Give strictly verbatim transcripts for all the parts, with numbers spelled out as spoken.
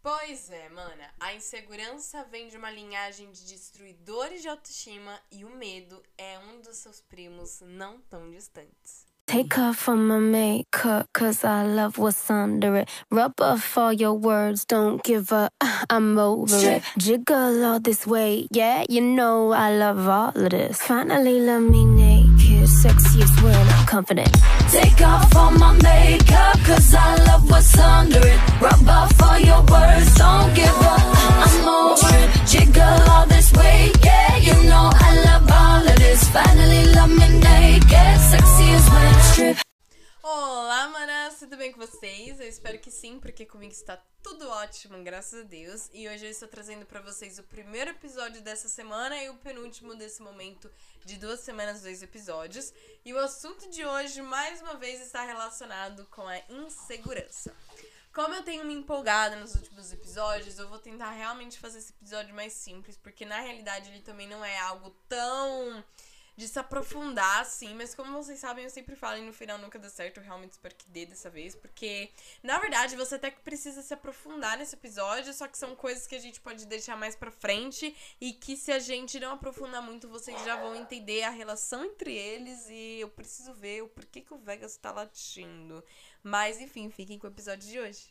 Pois é, mana, a insegurança vem de uma linhagem de destruidores de autoestima e o medo é um dos seus primos não tão distantes. Take off all my makeup, cause I love what's under it. Rub off all your words, don't give up, I'm over it. Jiggle all this weight, yeah, you know I love all of this. Finally love me naked, sexiest when I'm confident. Take off all my makeup, cause I love what's under it. Rub off all your words, don't give up, I'm over it. Jiggle all this weight, yeah, you know I love all of this. Finally love me naked, sexiest when I'm stripped. Olá, manas, tudo bem com vocês? Eu espero que sim, porque comigo está tudo ótimo, graças a Deus. E hoje eu estou trazendo pra vocês o primeiro episódio dessa semana e o penúltimo desse momento de duas semanas, dois episódios. E o assunto de hoje, mais uma vez, está relacionado com a insegurança. Como eu tenho me empolgado nos últimos episódios, eu vou tentar realmente fazer esse episódio mais simples, porque na realidade ele também não é algo tão de se aprofundar, assim, mas como vocês sabem, eu sempre falo e no final nunca dá certo, eu realmente espero que dê dessa vez, porque, na verdade, você até que precisa se aprofundar nesse episódio, só que são coisas que a gente pode deixar mais pra frente e que se a gente não aprofundar muito, vocês já vão entender a relação entre eles e eu preciso ver o porquê que o Vegas tá latindo. Mas, enfim, fiquem com o episódio de hoje.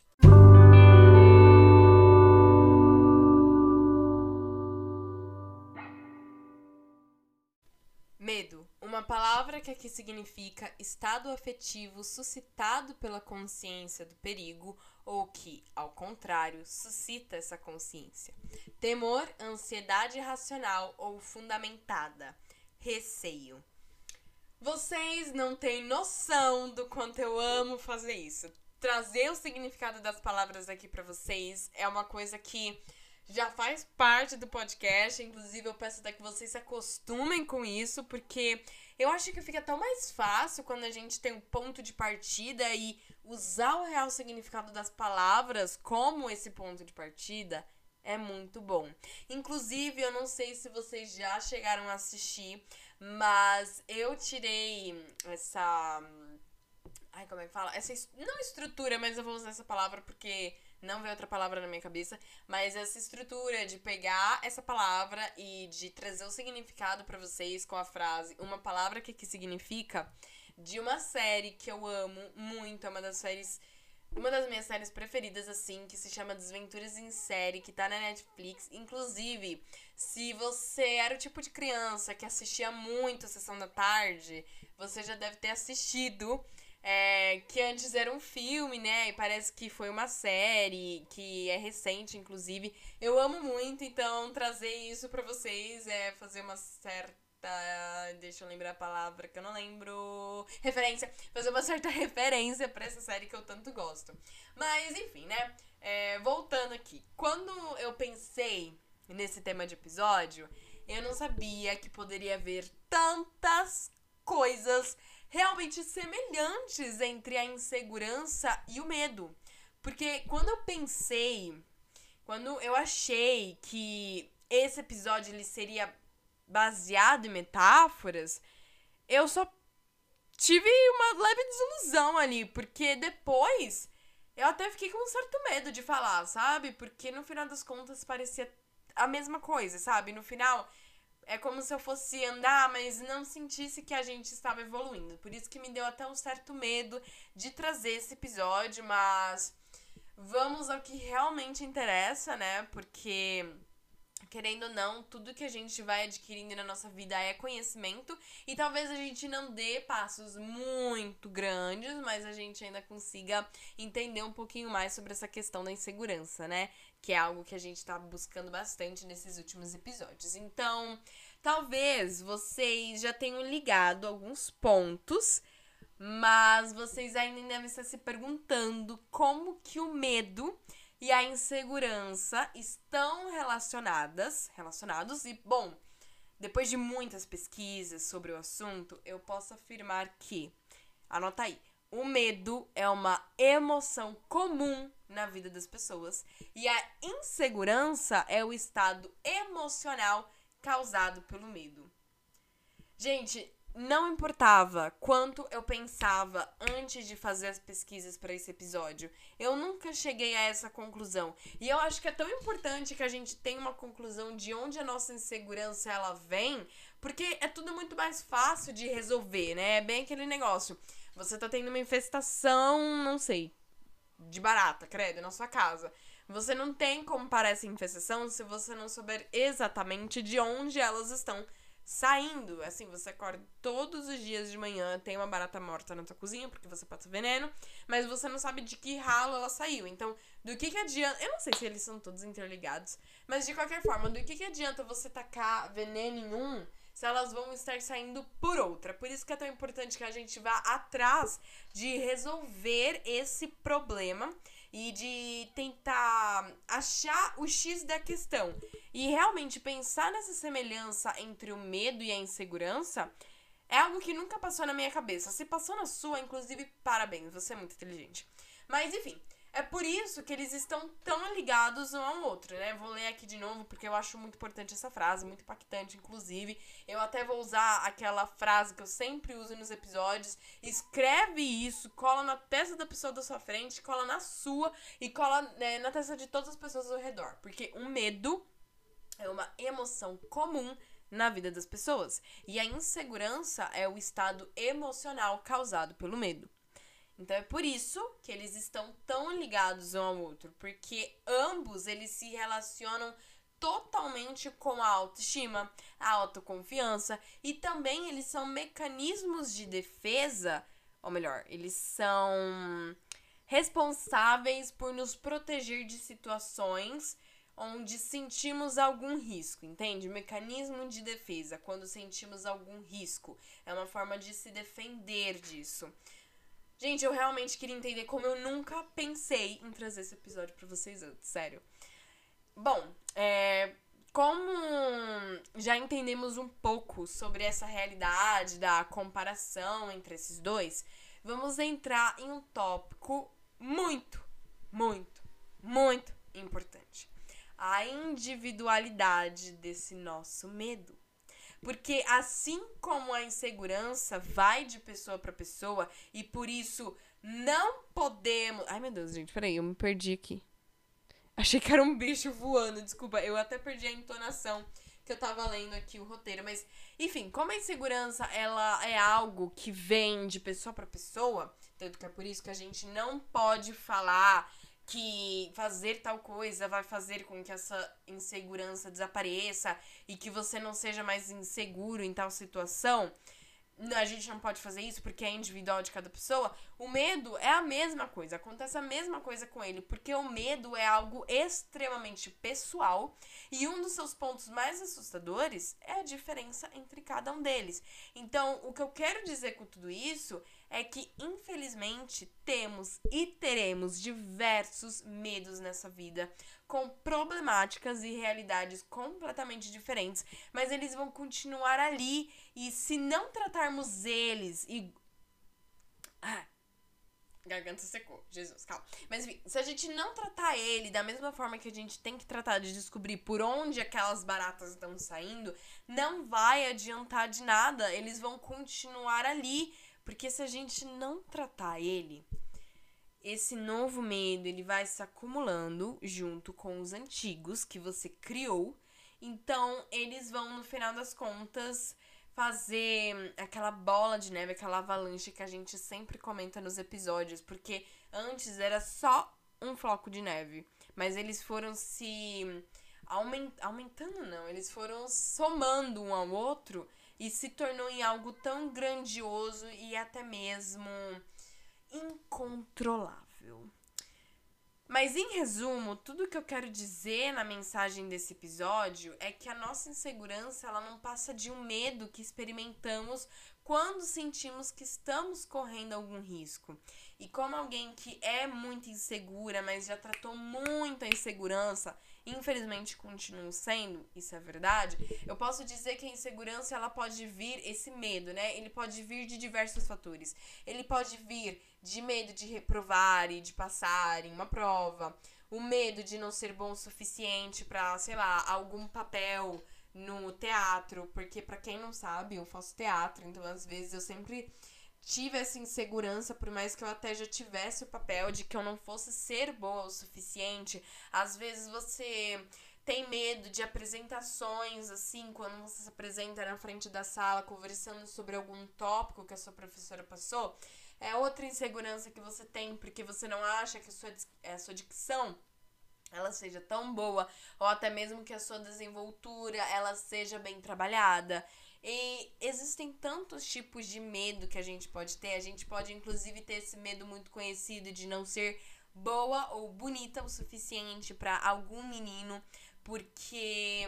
Medo, uma palavra que aqui significa estado afetivo suscitado pela consciência do perigo ou que, ao contrário, suscita essa consciência. Temor, ansiedade irracional ou fundamentada. Receio. Vocês não têm noção do quanto eu amo fazer isso. Trazer o significado das palavras aqui pra vocês é uma coisa que já faz parte do podcast, inclusive eu peço até que vocês se acostumem com isso, porque eu acho que fica tão mais fácil quando a gente tem um ponto de partida e usar o real significado das palavras como esse ponto de partida é muito bom. Inclusive, eu não sei se vocês já chegaram a assistir, mas eu tirei essa... Ai, como é que fala? Essa, não estrutura, mas eu vou usar essa palavra porque não veio outra palavra na minha cabeça, mas essa estrutura de pegar essa palavra e de trazer o significado pra vocês com a frase uma palavra que aqui significa, de uma série que eu amo muito, é uma das séries, uma das minhas séries preferidas, assim, que se chama Desventuras em Série, que tá na Netflix. Inclusive, se você era o tipo de criança que assistia muito a Sessão da Tarde, você já deve ter assistido. É, que antes era um filme, né, e parece que foi uma série, que é recente, inclusive. Eu amo muito, então trazer isso pra vocês é fazer uma certa... Deixa eu lembrar a palavra que eu não lembro... Referência. Fazer uma certa referência pra essa série que eu tanto gosto. Mas, enfim, né, é, voltando aqui. Quando eu pensei nesse tema de episódio, eu não sabia que poderia haver tantas coisas realmente semelhantes entre a insegurança e o medo. Porque quando eu pensei, quando eu achei que esse episódio ele seria baseado em metáforas, eu só tive uma leve desilusão ali, porque depois eu até fiquei com um certo medo de falar, sabe? Porque no final das contas parecia a mesma coisa, sabe? No final é como se eu fosse andar, mas não sentisse que a gente estava evoluindo. Por isso que me deu até um certo medo de trazer esse episódio, mas vamos ao que realmente interessa, né? Porque, querendo ou não, tudo que a gente vai adquirindo na nossa vida é conhecimento. E talvez a gente não dê passos muito grandes, mas a gente ainda consiga entender um pouquinho mais sobre essa questão da insegurança, né? Que é algo que a gente tá buscando bastante nesses últimos episódios. Então, talvez vocês já tenham ligado alguns pontos, mas vocês ainda devem estar se perguntando como que o medo e a insegurança estão relacionadas, relacionados. E, bom, depois de muitas pesquisas sobre o assunto, eu posso afirmar que, anota aí, o medo é uma emoção comum na vida das pessoas e a insegurança é o estado emocional causado pelo medo. Gente, não importava quanto eu pensava antes de fazer as pesquisas para esse episódio, eu nunca cheguei a essa conclusão. E eu acho que é tão importante que a gente tenha uma conclusão de onde a nossa insegurança ela vem, porque é tudo muito mais fácil de resolver, né? É bem aquele negócio. Você tá tendo uma infestação, não sei, de barata, credo, na sua casa. Você não tem como parar essa infestação se você não souber exatamente de onde elas estão saindo. Assim, você acorda todos os dias de manhã, tem uma barata morta na tua cozinha, porque você passa veneno, mas você não sabe de que ralo ela saiu. Então, do que que adianta... Eu não sei se eles são todos interligados, mas de qualquer forma, do que que adianta você tacar veneno em um se elas vão estar saindo por outra? Por isso que é tão importante que a gente vá atrás de resolver esse problema e de tentar achar o X da questão. E realmente pensar nessa semelhança entre o medo e a insegurança é algo que nunca passou na minha cabeça. Se passou na sua, inclusive, parabéns, você é muito inteligente. Mas, enfim, é por isso que eles estão tão ligados um ao outro, né? Vou ler aqui de novo, porque eu acho muito importante essa frase, muito impactante, inclusive. Eu até vou usar aquela frase que eu sempre uso nos episódios. Escreve isso, cola na testa da pessoa da sua frente, cola na sua e cola, né, na testa de todas as pessoas ao redor. Porque o medo é uma emoção comum na vida das pessoas. E a insegurança é o estado emocional causado pelo medo. Então é por isso que eles estão tão ligados um ao outro, porque ambos eles se relacionam totalmente com a autoestima, a autoconfiança, e também eles são mecanismos de defesa, ou melhor, eles são responsáveis por nos proteger de situações onde sentimos algum risco, entende? Mecanismo de defesa, quando sentimos algum risco, é uma forma de se defender disso. Gente, eu realmente queria entender como eu nunca pensei em trazer esse episódio pra vocês antes, sério. Bom, é, como já entendemos um pouco sobre essa realidade da comparação entre esses dois, vamos entrar em um tópico muito, muito, muito importante. A individualidade desse nosso medo. Porque assim como a insegurança vai de pessoa pra pessoa e por isso não podemos... Ai, meu Deus, gente, peraí, eu me perdi aqui. Achei que era um bicho voando, desculpa. Eu até perdi a entonação que eu tava lendo aqui o roteiro. Mas, enfim, como a insegurança, ela é algo que vem de pessoa pra pessoa, tanto que é por isso que a gente não pode falar que fazer tal coisa vai fazer com que essa insegurança desapareça e que você não seja mais inseguro em tal situação. A gente não pode fazer isso porque é individual de cada pessoa. O medo é a mesma coisa, acontece a mesma coisa com ele, porque o medo é algo extremamente pessoal e um dos seus pontos mais assustadores é a diferença entre cada um deles. Então, o que eu quero dizer com tudo isso é que, infelizmente, temos e teremos diversos medos nessa vida, com problemáticas e realidades completamente diferentes, mas eles vão continuar ali e se não tratarmos eles e... Ah, garganta secou, Jesus, calma. Mas enfim, se a gente não tratar ele da mesma forma que a gente tem que tratar de descobrir por onde aquelas baratas estão saindo, não vai adiantar de nada, eles vão continuar ali. Porque se a gente não tratar ele, esse novo medo ele vai se acumulando junto com os antigos que você criou. Então, eles vão, no final das contas, fazer aquela bola de neve, aquela avalanche que a gente sempre comenta nos episódios. Porque antes era só um floco de neve. Mas eles foram se aument... aumentando, não. Eles foram somando um ao outro e se tornou em algo tão grandioso e até mesmo incontrolável. Mas em resumo, tudo que eu quero dizer na mensagem desse episódio é que a nossa insegurança ela não passa de um medo que experimentamos quando sentimos que estamos correndo algum risco. E como alguém que é muito insegura, mas já tratou muito a insegurança, infelizmente continuo sendo, isso é verdade, eu posso dizer que a insegurança ela pode vir, esse medo, né? Ele pode vir de diversos fatores. Ele pode vir de medo de reprovar e de passar em uma prova, o medo de não ser bom o suficiente para, sei lá, algum papel no teatro, porque pra quem não sabe, eu faço teatro, então às vezes eu sempre tive essa insegurança, por mais que eu até já tivesse o papel de que eu não fosse ser boa o suficiente. Às vezes você tem medo de apresentações, assim, quando você se apresenta na frente da sala, conversando sobre algum tópico que a sua professora passou. É outra insegurança que você tem, porque você não acha que a sua, a sua dicção ela seja tão boa, ou até mesmo que a sua desenvoltura ela seja bem trabalhada. E existem tantos tipos de medo que a gente pode ter. A gente pode, inclusive, ter esse medo muito conhecido de não ser boa ou bonita o suficiente para algum menino, porque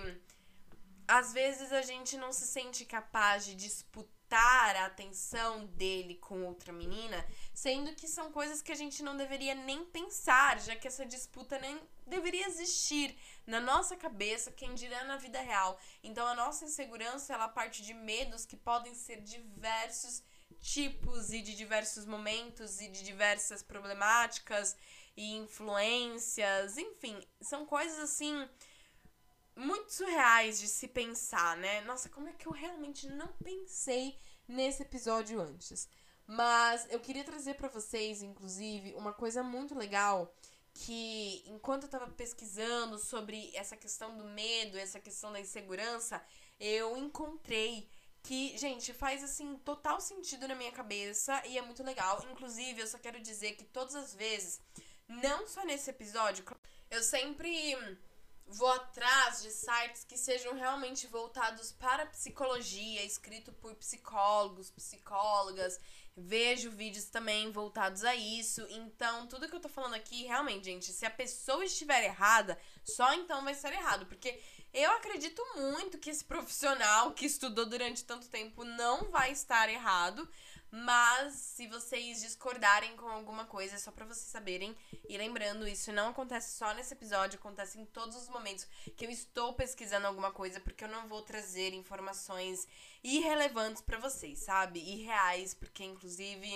às vezes a gente não se sente capaz de disputar a atenção dele com outra menina, sendo que são coisas que a gente não deveria nem pensar, já que essa disputa nem deveria existir na nossa cabeça, quem dirá na vida real. Então a nossa insegurança, ela parte de medos que podem ser diversos tipos e de diversos momentos e de diversas problemáticas e influências, enfim, são coisas assim muito surreais de se pensar, né? Nossa, como é que eu realmente não pensei nesse episódio antes? Mas eu queria trazer pra vocês, inclusive, uma coisa muito legal que, enquanto eu tava pesquisando sobre essa questão do medo, essa questão da insegurança, eu encontrei que, gente, faz, assim, total sentido na minha cabeça e é muito legal. Inclusive, eu só quero dizer que todas as vezes, não só nesse episódio, eu sempre vou atrás de sites que sejam realmente voltados para psicologia, escrito por psicólogos, psicólogas. Vejo vídeos também voltados a isso. Então, tudo que eu tô falando aqui, realmente, gente, se a pessoa estiver errada, só então vai ser errado. Porque eu acredito muito que esse profissional que estudou durante tanto tempo não vai estar errado. Mas se vocês discordarem com alguma coisa, é só pra vocês saberem. E lembrando, isso não acontece só nesse episódio, acontece em todos os momentos que eu estou pesquisando alguma coisa, porque eu não vou trazer informações irrelevantes pra vocês, sabe? Irreais, porque inclusive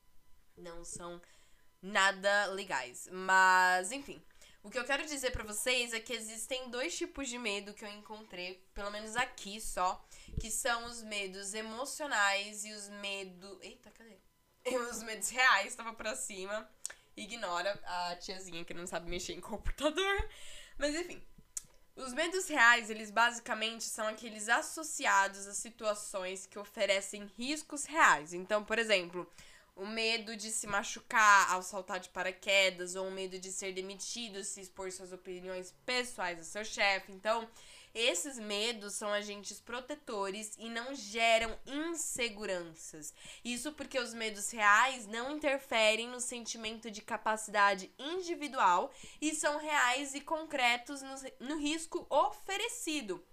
não são nada legais. Mas, enfim, o que eu quero dizer pra vocês é que existem dois tipos de medo que eu encontrei, pelo menos aqui só, que são os medos emocionais e os medos... Eita, cadê? E os medos reais, tava pra cima. Ignora a tiazinha que não sabe mexer em computador. Mas enfim, os medos reais, eles basicamente são aqueles associados a situações que oferecem riscos reais. Então, por exemplo, o medo de se machucar ao saltar de paraquedas, ou o medo de ser demitido se expor suas opiniões pessoais ao seu chefe. Então, esses medos são agentes protetores e não geram inseguranças. Isso porque os medos reais não interferem no sentimento de capacidade individual e são reais e concretos no, no risco oferecido.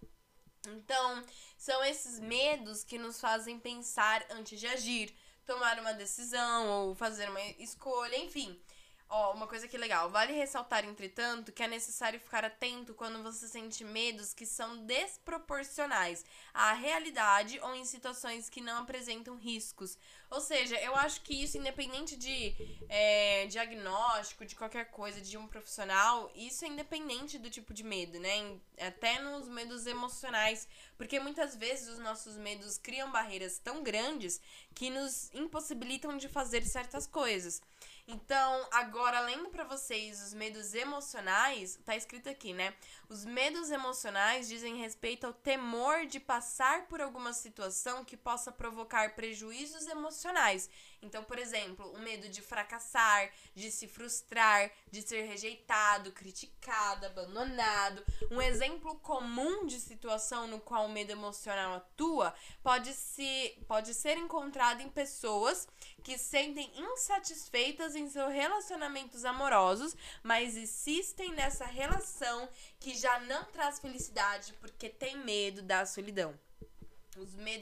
Então, são esses medos que nos fazem pensar antes de agir, tomar uma decisão ou fazer uma escolha, enfim. Ó, uma coisa que legal, vale ressaltar, entretanto, que é necessário ficar atento quando você sente medos que são desproporcionais à realidade ou em situações que não apresentam riscos. Ou seja, eu acho que isso, independente de é, diagnóstico, de qualquer coisa, de um profissional, isso é independente do tipo de medo, né? Até nos medos emocionais, porque muitas vezes os nossos medos criam barreiras tão grandes que nos impossibilitam de fazer certas coisas. Então, agora, lendo pra vocês os medos emocionais, tá escrito aqui, né? Os medos emocionais dizem respeito ao temor de passar por alguma situação que possa provocar prejuízos emocionais. Então, por exemplo, o medo de fracassar, de se frustrar, de ser rejeitado, criticado, abandonado. Um exemplo comum de situação no qual o medo emocional atua pode, se, pode ser encontrado em pessoas que sentem insatisfeitas em seus relacionamentos amorosos, mas insistem nessa relação que já não traz felicidade porque tem medo da solidão. Os medos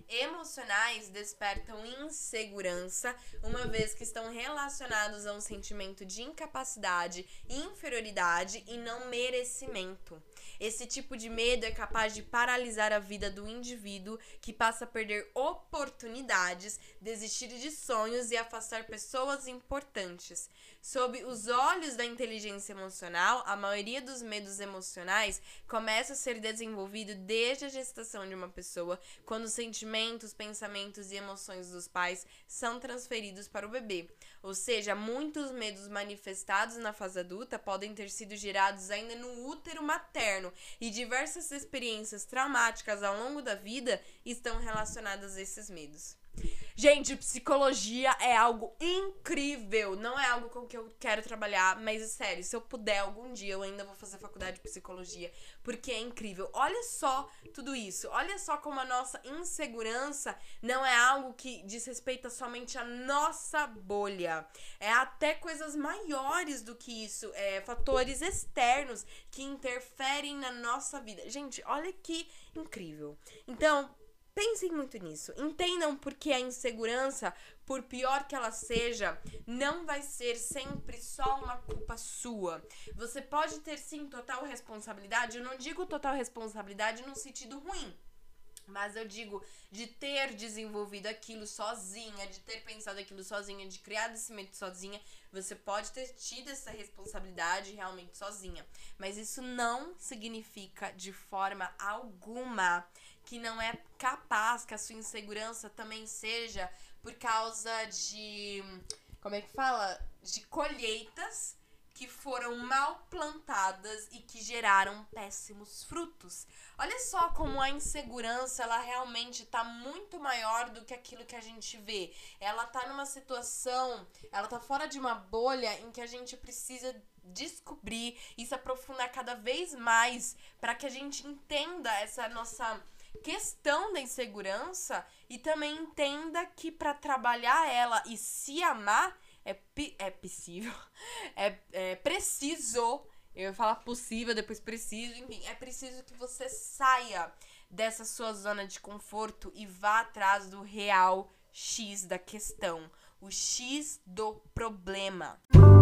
emocionais despertam insegurança, uma vez que estão relacionados a um sentimento de incapacidade, inferioridade e não merecimento. Esse tipo de medo é capaz de paralisar a vida do indivíduo, que passa a perder oportunidades, desistir de sonhos e afastar pessoas importantes. Sob os olhos da inteligência emocional, a maioria dos medos emocionais começa a ser desenvolvido desde a gestação de uma pessoa, quando os sentimentos, pensamentos e emoções dos pais são transferidos para o bebê. Ou seja, muitos medos manifestados na fase adulta podem ter sido gerados ainda no útero materno, e diversas experiências traumáticas ao longo da vida estão relacionadas a esses medos. Gente, psicologia é algo incrível, não é algo com que eu quero trabalhar, mas é sério, se eu puder algum dia eu ainda vou fazer faculdade de psicologia, porque é incrível. Olha só tudo isso, olha só como a nossa insegurança não é algo que diz respeito somente à nossa bolha, é até coisas maiores do que isso, é fatores externos que interferem na nossa vida. Gente, olha que incrível. Então, pensem muito nisso. Entendam porque a insegurança, por pior que ela seja, não vai ser sempre só uma culpa sua. Você pode ter, sim, total responsabilidade. Eu não digo total responsabilidade no sentido ruim, mas eu digo de ter desenvolvido aquilo sozinha, de ter pensado aquilo sozinha, de criar esse medo sozinha. Você pode ter tido essa responsabilidade realmente sozinha, mas isso não significa de forma alguma que não é capaz, que a sua insegurança também seja por causa de, como é que fala? De colheitas que foram mal plantadas e que geraram péssimos frutos. Olha só como a insegurança, ela realmente tá muito maior do que aquilo que a gente vê. Ela tá numa situação, ela tá fora de uma bolha em que a gente precisa descobrir e se aprofundar cada vez mais para que a gente entenda essa nossa questão da insegurança e também entenda que para trabalhar ela e se amar é, é possível, é, é preciso, eu ia falar possível, depois preciso, enfim, é preciso que você saia dessa sua zona de conforto e vá atrás do real X da questão, o X do problema.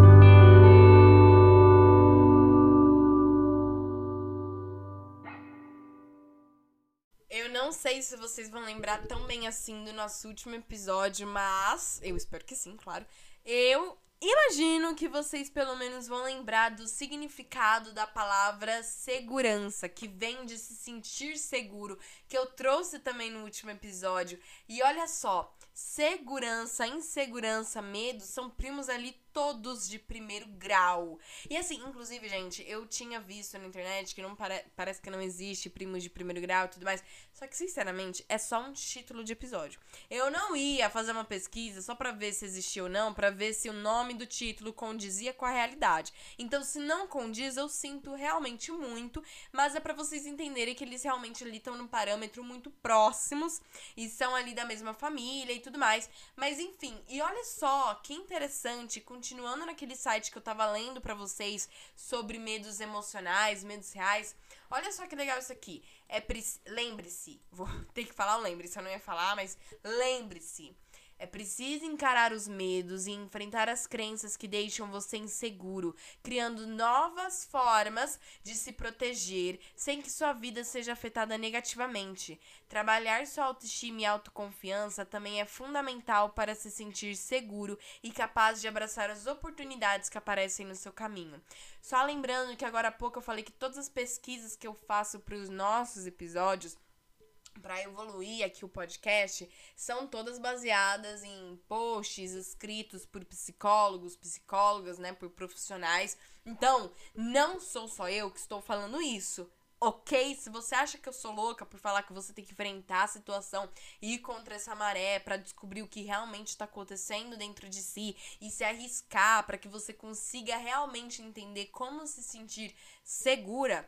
Eu não sei se vocês vão lembrar tão bem assim do nosso último episódio, mas eu espero que sim, claro. Eu imagino que vocês pelo menos vão lembrar do significado da palavra segurança, que vem de se sentir seguro, que eu trouxe também no último episódio. E olha só, segurança, insegurança, medo são primos ali todos de primeiro grau. E assim, inclusive, gente, eu tinha visto na internet que não pare- parece que não existe primos de primeiro grau e tudo mais. Só que, sinceramente, é só um título de episódio. Eu não ia fazer uma pesquisa só pra ver se existia ou não, pra ver se o nome do título condizia com a realidade. Então, se não condiz, eu sinto realmente muito, mas é pra vocês entenderem que eles realmente ali estão num parâmetro muito próximos e são ali da mesma família e tudo mais. Mas, enfim, e olha só que interessante, continuando naquele site que eu tava lendo pra vocês sobre medos emocionais, medos reais, olha só que legal isso aqui. É pre- lembre-se, vou ter que falar o lembre-se, eu não ia falar, mas lembre-se. É preciso encarar os medos e enfrentar as crenças que deixam você inseguro, criando novas formas de se proteger sem que sua vida seja afetada negativamente. Trabalhar sua autoestima e autoconfiança também é fundamental para se sentir seguro e capaz de abraçar as oportunidades que aparecem no seu caminho. Só lembrando que agora há pouco eu falei que todas as pesquisas que eu faço para os nossos episódios, para evoluir aqui o podcast, são todas baseadas em posts escritos por psicólogos, psicólogas, né, por profissionais. Então, não sou só eu que estou falando isso, ok? Se você acha que eu sou louca por falar que você tem que enfrentar a situação e ir contra essa maré para descobrir o que realmente está acontecendo dentro de si e se arriscar para que você consiga realmente entender como se sentir segura,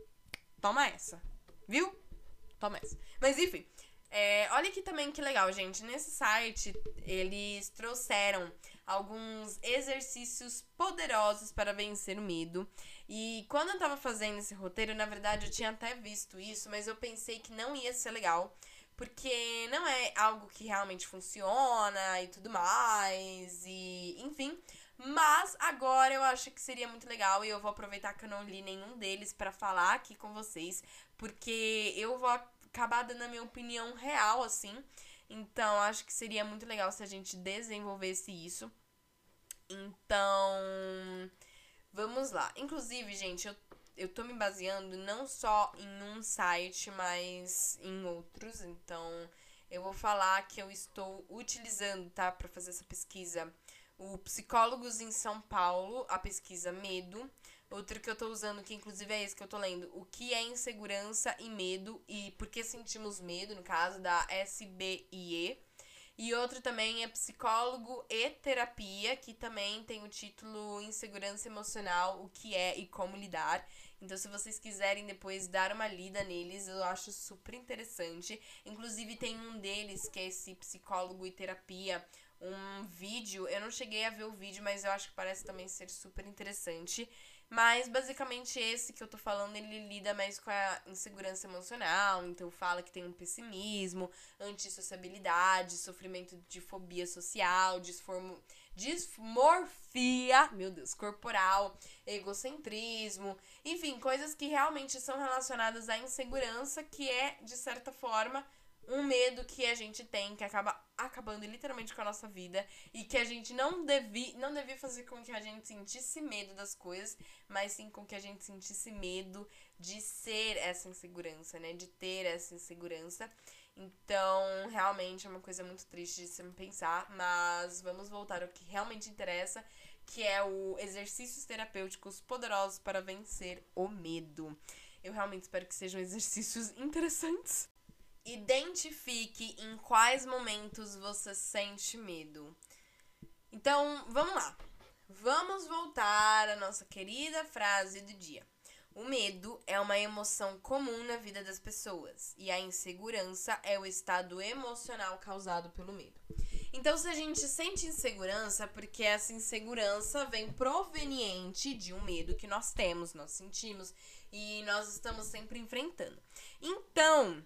toma essa, viu? Toma essa. Mas enfim, é, olha aqui também que legal, gente. Nesse site, eles trouxeram alguns exercícios poderosos para vencer o medo. E quando eu tava fazendo esse roteiro, na verdade, eu tinha até visto isso, mas eu pensei que não ia ser legal, porque não é algo que realmente funciona e tudo mais, e enfim. Mas agora eu acho que seria muito legal e eu vou aproveitar que eu não li nenhum deles pra falar aqui com vocês, porque eu vou acabar dando a minha opinião real, assim. Então, acho que seria muito legal se a gente desenvolvesse isso. Então, vamos lá. Inclusive, gente, eu, eu tô me baseando não só em um site, mas em outros. Então, eu vou falar que eu estou utilizando, tá, pra fazer essa pesquisa, o Psicólogos em São Paulo, a pesquisa Medo. Outro que eu tô usando, que inclusive é esse que eu tô lendo, O que é Insegurança e Medo e Por que Sentimos Medo, no caso, da S B I E. E outro também é Psicólogo e Terapia, que também tem o título Insegurança Emocional, o que é e como lidar. Então, se vocês quiserem depois dar uma lida neles, eu acho super interessante. Inclusive, tem um deles, que é esse Psicólogo e Terapia, um vídeo. Eu não cheguei a ver o vídeo, mas eu acho que parece também ser super interessante. Mas, basicamente, esse que eu tô falando, ele lida mais com a insegurança emocional. Então, fala que tem um pessimismo, antissociabilidade, sofrimento de fobia social, disformo, dismorfia, meu Deus, corporal, egocentrismo. Enfim, coisas que realmente são relacionadas à insegurança, que é, de certa forma, um medo que a gente tem, que acaba acabando literalmente com a nossa vida e que a gente não devia, não devia fazer com que a gente sentisse medo das coisas, mas sim com que a gente sentisse medo de ser essa insegurança, né? De ter essa insegurança. Então, realmente é uma coisa muito triste de se pensar, mas vamos voltar ao que realmente interessa, que é o exercícios terapêuticos poderosos para vencer o medo. Eu realmente espero que sejam exercícios interessantes. Identifique em quais momentos você sente medo. Então, vamos lá. Vamos voltar à nossa querida frase do dia. O medo é uma emoção comum na vida das pessoas e a insegurança é o estado emocional causado pelo medo. Então, se a gente sente insegurança, é porque essa insegurança vem proveniente de um medo que nós temos, nós sentimos e nós estamos sempre enfrentando. Então,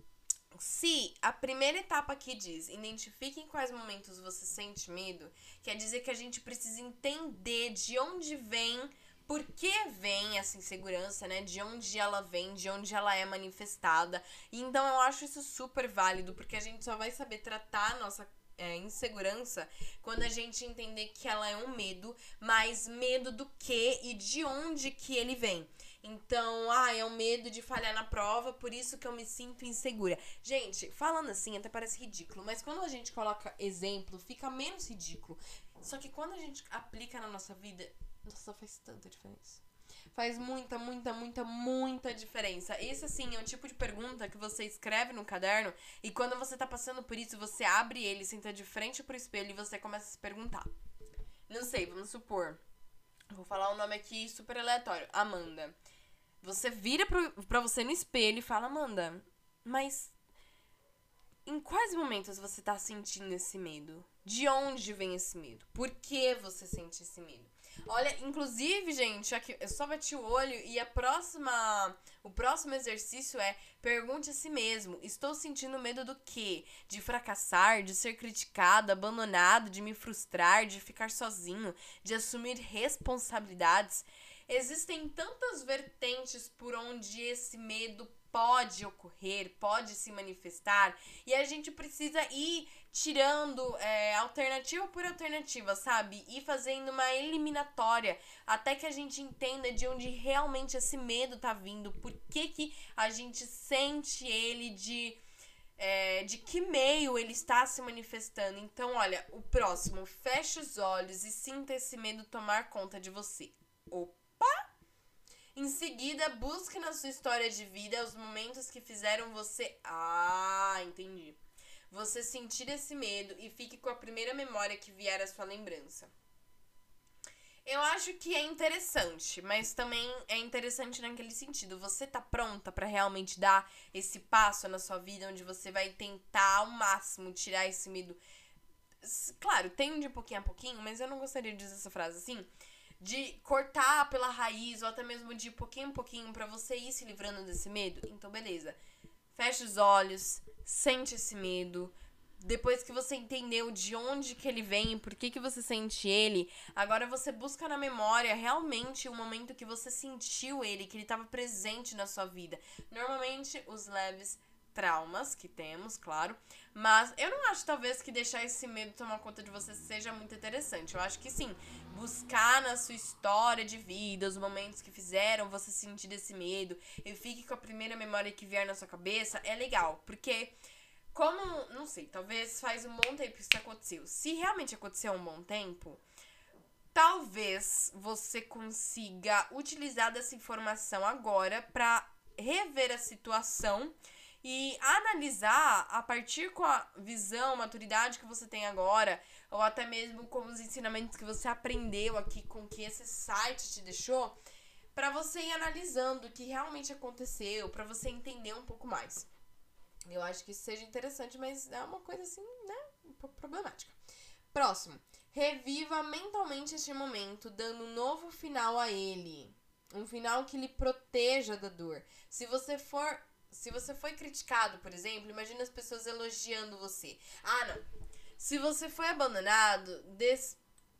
se a primeira etapa aqui diz, identifique em quais momentos você sente medo, quer dizer que a gente precisa entender de onde vem, por que vem essa insegurança, né? De onde ela vem, de onde ela é manifestada. E então eu acho isso super válido, porque a gente só vai saber tratar a nossa é, insegurança quando a gente entender que ela é um medo, mas medo do que e de onde que ele vem. Então, ah, é um medo de falhar na prova, por isso que eu me sinto insegura. Gente, falando assim até parece ridículo, mas quando a gente coloca exemplo, fica menos ridículo. Só que quando a gente aplica na nossa vida, nossa, faz tanta diferença. Faz muita, muita, muita, muita diferença. Esse, assim, é o tipo de pergunta que você escreve no caderno e quando você tá passando por isso, você abre ele, senta de frente pro espelho e você começa a se perguntar. Não sei, vamos supor. Vou falar um nome aqui super aleatório. Amanda. Você vira pro, pra você no espelho e fala, Amanda, mas em quais momentos você tá sentindo esse medo? De onde vem esse medo? Por que você sente esse medo? Olha, inclusive, gente, aqui, eu só bati o olho e a próxima, o próximo exercício é pergunte a si mesmo, estou sentindo medo do quê? De fracassar, de ser criticado, abandonado, de me frustrar, de ficar sozinho, de assumir responsabilidades. Existem tantas vertentes por onde esse medo pode ocorrer, pode se manifestar, e a gente precisa ir tirando é, alternativa por alternativa, sabe? E fazendo uma eliminatória até que a gente entenda de onde realmente esse medo tá vindo, por que que a gente sente ele, de, é, de que meio ele está se manifestando. Então, olha, o próximo, feche os olhos e sinta esse medo tomar conta de você. Opa! Em seguida, busque na sua história de vida os momentos que fizeram você... Ah, entendi. Você sentir esse medo e fique com a primeira memória que vier à sua lembrança. Eu acho que é interessante, mas também é interessante naquele sentido. Você tá pronta pra realmente dar esse passo na sua vida, onde você vai tentar ao máximo tirar esse medo? Claro, tem de pouquinho a pouquinho, mas eu não gostaria de dizer essa frase assim. De cortar pela raiz, ou até mesmo de pouquinho em pouquinho, pra você ir se livrando desse medo. Então, beleza. fecha os olhos, sente esse medo. Depois que você entendeu de onde que ele vem, por que que você sente ele, agora você busca na memória realmente o momento que você sentiu ele, que ele estava presente na sua vida. Normalmente, os leves traumas que temos, claro, mas eu não acho talvez que deixar esse medo tomar conta de você seja muito interessante. Eu acho que sim, buscar na sua história de vida os momentos que fizeram você sentir esse medo e fique com a primeira memória que vier na sua cabeça é legal, porque como, não sei, talvez faz um bom tempo que isso aconteceu. Se realmente aconteceu há um bom tempo, talvez você consiga utilizar dessa informação agora pra rever a situação e analisar a partir com a visão, maturidade que você tem agora, ou até mesmo com os ensinamentos que você aprendeu aqui com que esse site te deixou, pra você ir analisando o que realmente aconteceu, pra você entender um pouco mais. Eu acho que isso seja interessante, mas é uma coisa assim, né, um pouco problemática. Próximo. Reviva mentalmente este momento, dando um novo final a ele. Um final que lhe proteja da dor. Se você for, se você foi criticado, por exemplo, imagina as pessoas elogiando você. Ah, não. Se você foi abandonado, des...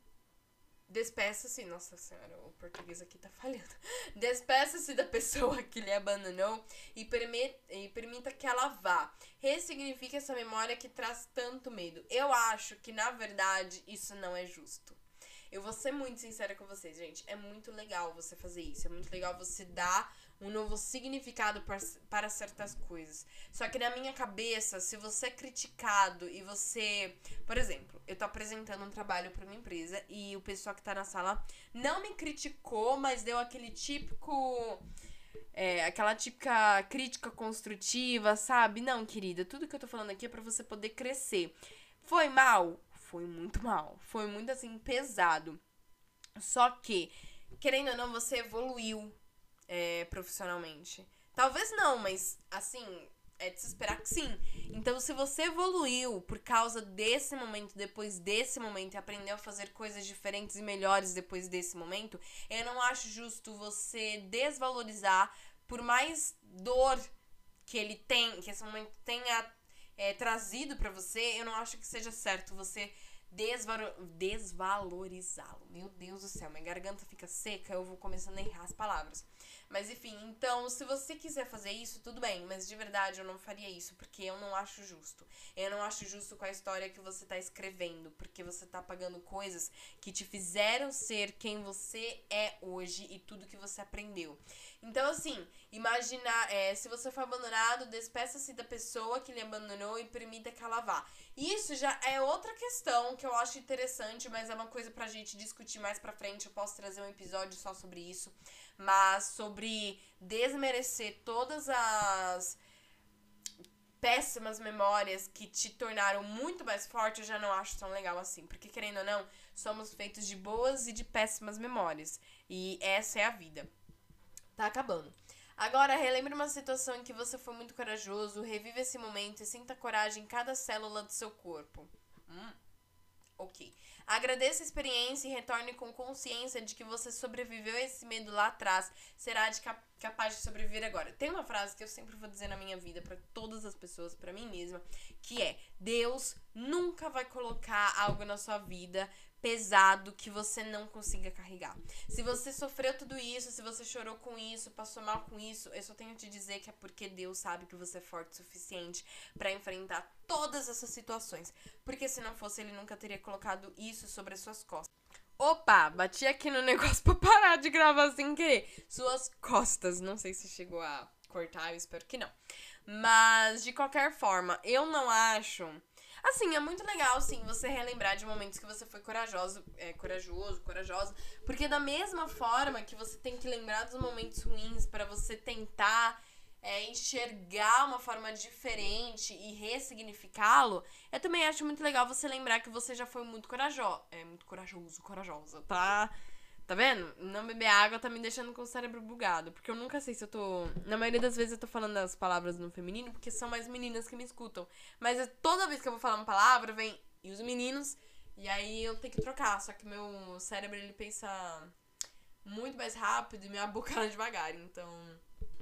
despeça-se. Nossa senhora, o português aqui tá falhando. Despeça-se da pessoa que lhe abandonou e, permita, e permita que ela vá. Ressignifique essa memória que traz tanto medo. Eu acho que, na verdade, isso não é justo. Eu vou ser muito sincera com vocês, gente. É muito legal você fazer isso. É muito legal você dar um novo significado para, para certas coisas. Só que na minha cabeça, se você é criticado e você... Por exemplo, eu tô apresentando um trabalho para uma empresa e o pessoal que tá na sala não me criticou, mas deu aquele típico... É, aquela típica crítica construtiva, sabe? Não, querida, tudo que eu tô falando aqui é pra você poder crescer. Foi mal? Foi muito mal. Foi muito, assim, pesado. Só que, querendo ou não, você evoluiu é, profissionalmente. Talvez não, mas, assim, é de se esperar que sim. Então, se você evoluiu por causa desse momento, depois desse momento, e aprendeu a fazer coisas diferentes e melhores depois desse momento, eu não acho justo você desvalorizar, por mais dor que ele tem, que esse momento tenha é, trazido pra você, eu não acho que seja certo você desvalo- desvalorizá-lo. Meu Deus do céu, minha garganta fica seca, eu vou começando a errar as palavras. Mas enfim, então, se você quiser fazer isso, tudo bem, mas de verdade eu não faria isso, porque eu não acho justo. Eu não acho justo com a história que você tá escrevendo, porque você tá apagando coisas que te fizeram ser quem você é hoje e tudo que você aprendeu. Então, assim, imaginar, é, se você foi abandonado, despeça-se da pessoa que lhe abandonou e permita que ela vá. Isso já é outra questão que eu acho interessante, mas é uma coisa pra gente discutir mais pra frente. Eu posso trazer um episódio só sobre isso. Mas sobre desmerecer todas as péssimas memórias que te tornaram muito mais forte, eu já não acho tão legal assim. Porque, querendo ou não, somos feitos de boas e de péssimas memórias. E essa é a vida. Tá acabando. Agora, relembre uma situação em que você foi muito corajoso, revive esse momento e sinta coragem em cada célula do seu corpo. Hum, ok. Agradeça a experiência e retorne com consciência de que você sobreviveu a esse medo lá atrás. Será de cap- capaz de sobreviver agora. Tem uma frase que eu sempre vou dizer na minha vida, pra todas as pessoas, pra mim mesma, que é: Deus nunca vai colocar algo na sua vida pesado que você não consiga carregar. Se você sofreu tudo isso, se você chorou com isso, passou mal com isso, eu só tenho que te dizer que é porque Deus sabe que você é forte o suficiente pra enfrentar todas essas situações. Porque se não fosse, Ele nunca teria colocado isso sobre as suas costas. Opa, bati aqui no negócio pra parar de gravar sem querer. Suas costas, não sei se chegou a cortar, eu espero que não. Mas, de qualquer forma, eu não acho... Assim, é muito legal, sim, você relembrar de momentos que você foi corajoso, é, corajoso, corajosa. Porque da mesma forma que você tem que lembrar dos momentos ruins pra você tentar é, enxergar uma forma diferente e ressignificá-lo, eu também acho muito legal você lembrar que você já foi muito corajoso. É, muito corajoso, corajosa, tá? Tá vendo? Não beber água tá me deixando com o cérebro bugado. Porque eu nunca sei se eu tô... Na maioria das vezes eu tô falando as palavras no feminino, porque são mais meninas que me escutam. Mas eu, toda vez que eu vou falar uma palavra, vem e os meninos, e aí eu tenho que trocar. Só que meu cérebro, ele pensa muito mais rápido e minha boca ela devagar. Então,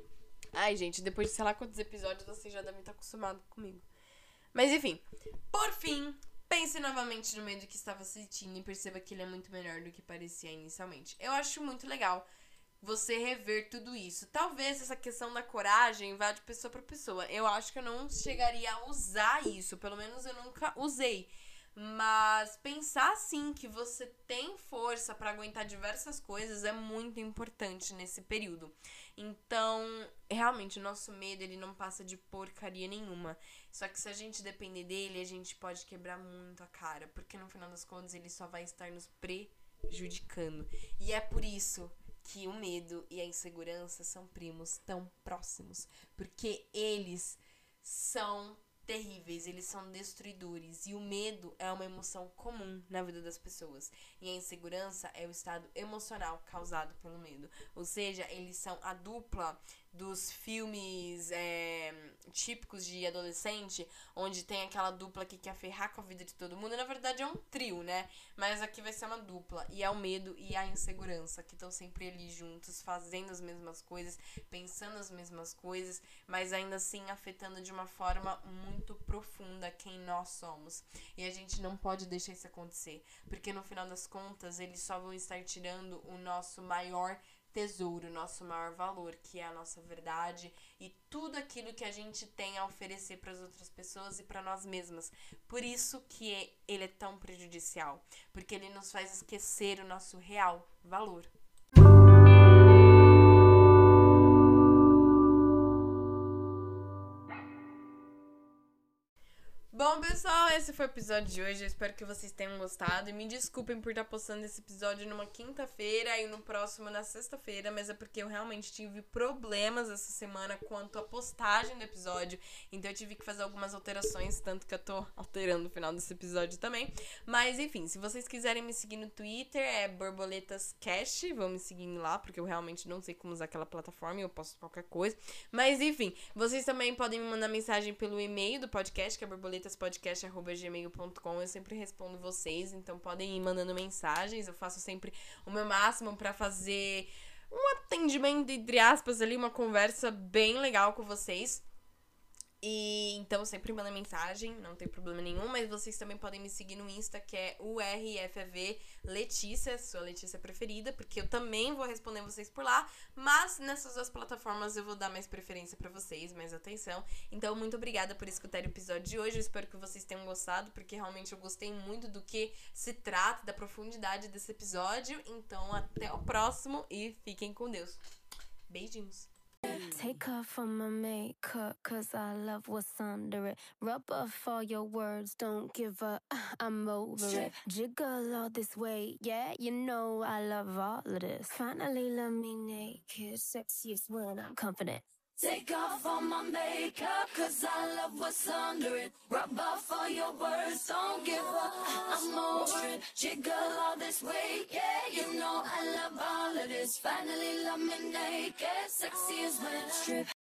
Ai, gente, depois de sei lá quantos episódios, vocês já devem estar acostumados comigo. Mas enfim, por fim, pense novamente no medo que estava sentindo e perceba que ele é muito melhor do que parecia inicialmente. Eu acho muito legal você rever tudo isso. Talvez essa questão da coragem vá de pessoa pra pessoa. Eu acho que eu não chegaria a usar isso, pelo menos eu nunca usei. Mas pensar sim que você tem força pra aguentar diversas coisas é muito importante nesse período. Então, realmente, o nosso medo, ele não passa de porcaria nenhuma. Só que se a gente depender dele, a gente pode quebrar muito a cara. Porque no final das contas, ele só vai estar nos prejudicando. E é por isso que o medo e a insegurança são primos tão próximos. Porque eles são terríveis, eles são destruidores. E o medo é uma emoção comum na vida das pessoas. E a insegurança é o estado emocional causado pelo medo. Ou seja, eles são a dupla dos filmes é, típicos de adolescente, onde tem aquela dupla que quer ferrar com a vida de todo mundo. Na verdade é um trio, né? Mas aqui vai ser uma dupla. E é o medo e a insegurança, que estão sempre ali juntos, fazendo as mesmas coisas, pensando as mesmas coisas, mas ainda assim afetando de uma forma muito profunda quem nós somos. E a gente não pode deixar isso acontecer, porque no final das contas eles só vão estar tirando o nosso maior tesouro, nosso maior valor, que é a nossa verdade e tudo aquilo que a gente tem a oferecer para as outras pessoas e para nós mesmas. Por isso que é, ele é tão prejudicial, porque ele nos faz esquecer o nosso real valor. Bom, pessoal, esse foi o episódio de hoje. Eu espero que vocês tenham gostado. E me desculpem por estar postando esse episódio numa quinta-feira e no próximo na sexta-feira, mas é porque eu realmente tive problemas essa semana quanto à postagem do episódio. Então eu tive que fazer algumas alterações, tanto que eu tô alterando o final desse episódio também. Mas enfim, se vocês quiserem me seguir no Twitter, é borboletascast. Vão me seguindo lá, porque eu realmente não sei como usar aquela plataforma e eu posto qualquer coisa. Mas enfim, vocês também podem me mandar mensagem pelo e-mail do podcast, que é borboletas podcast arroba gmail ponto com. Eu sempre respondo vocês, então podem ir mandando mensagens. Eu faço sempre o meu máximo pra fazer um atendimento, entre aspas, ali, uma conversa bem legal com vocês. E então sempre manda mensagem, não tem problema nenhum, mas vocês também podem me seguir no Insta, que é U R F A V Letícia, sua Letícia preferida, porque eu também vou responder vocês por lá, mas nessas duas plataformas eu vou dar mais preferência pra vocês, mais atenção. Então muito obrigada por escutar o episódio de hoje, eu espero que vocês tenham gostado, porque realmente eu gostei muito do que se trata, da profundidade desse episódio. Então até o próximo e fiquem com Deus. Beijinhos. Take off all my makeup, cause I love what's under it. Rub off all your words, don't give up, I'm over it. Jiggle all this weight, yeah, you know I love all of this. Finally love me naked, sexiest when I'm confident. Take off all my makeup, cause I love what's under it. Rub off all your words, don't give up, I'm over it. Jiggle all this weight, yeah, you know I love all of this. Finally love me naked, sexy as when I strip.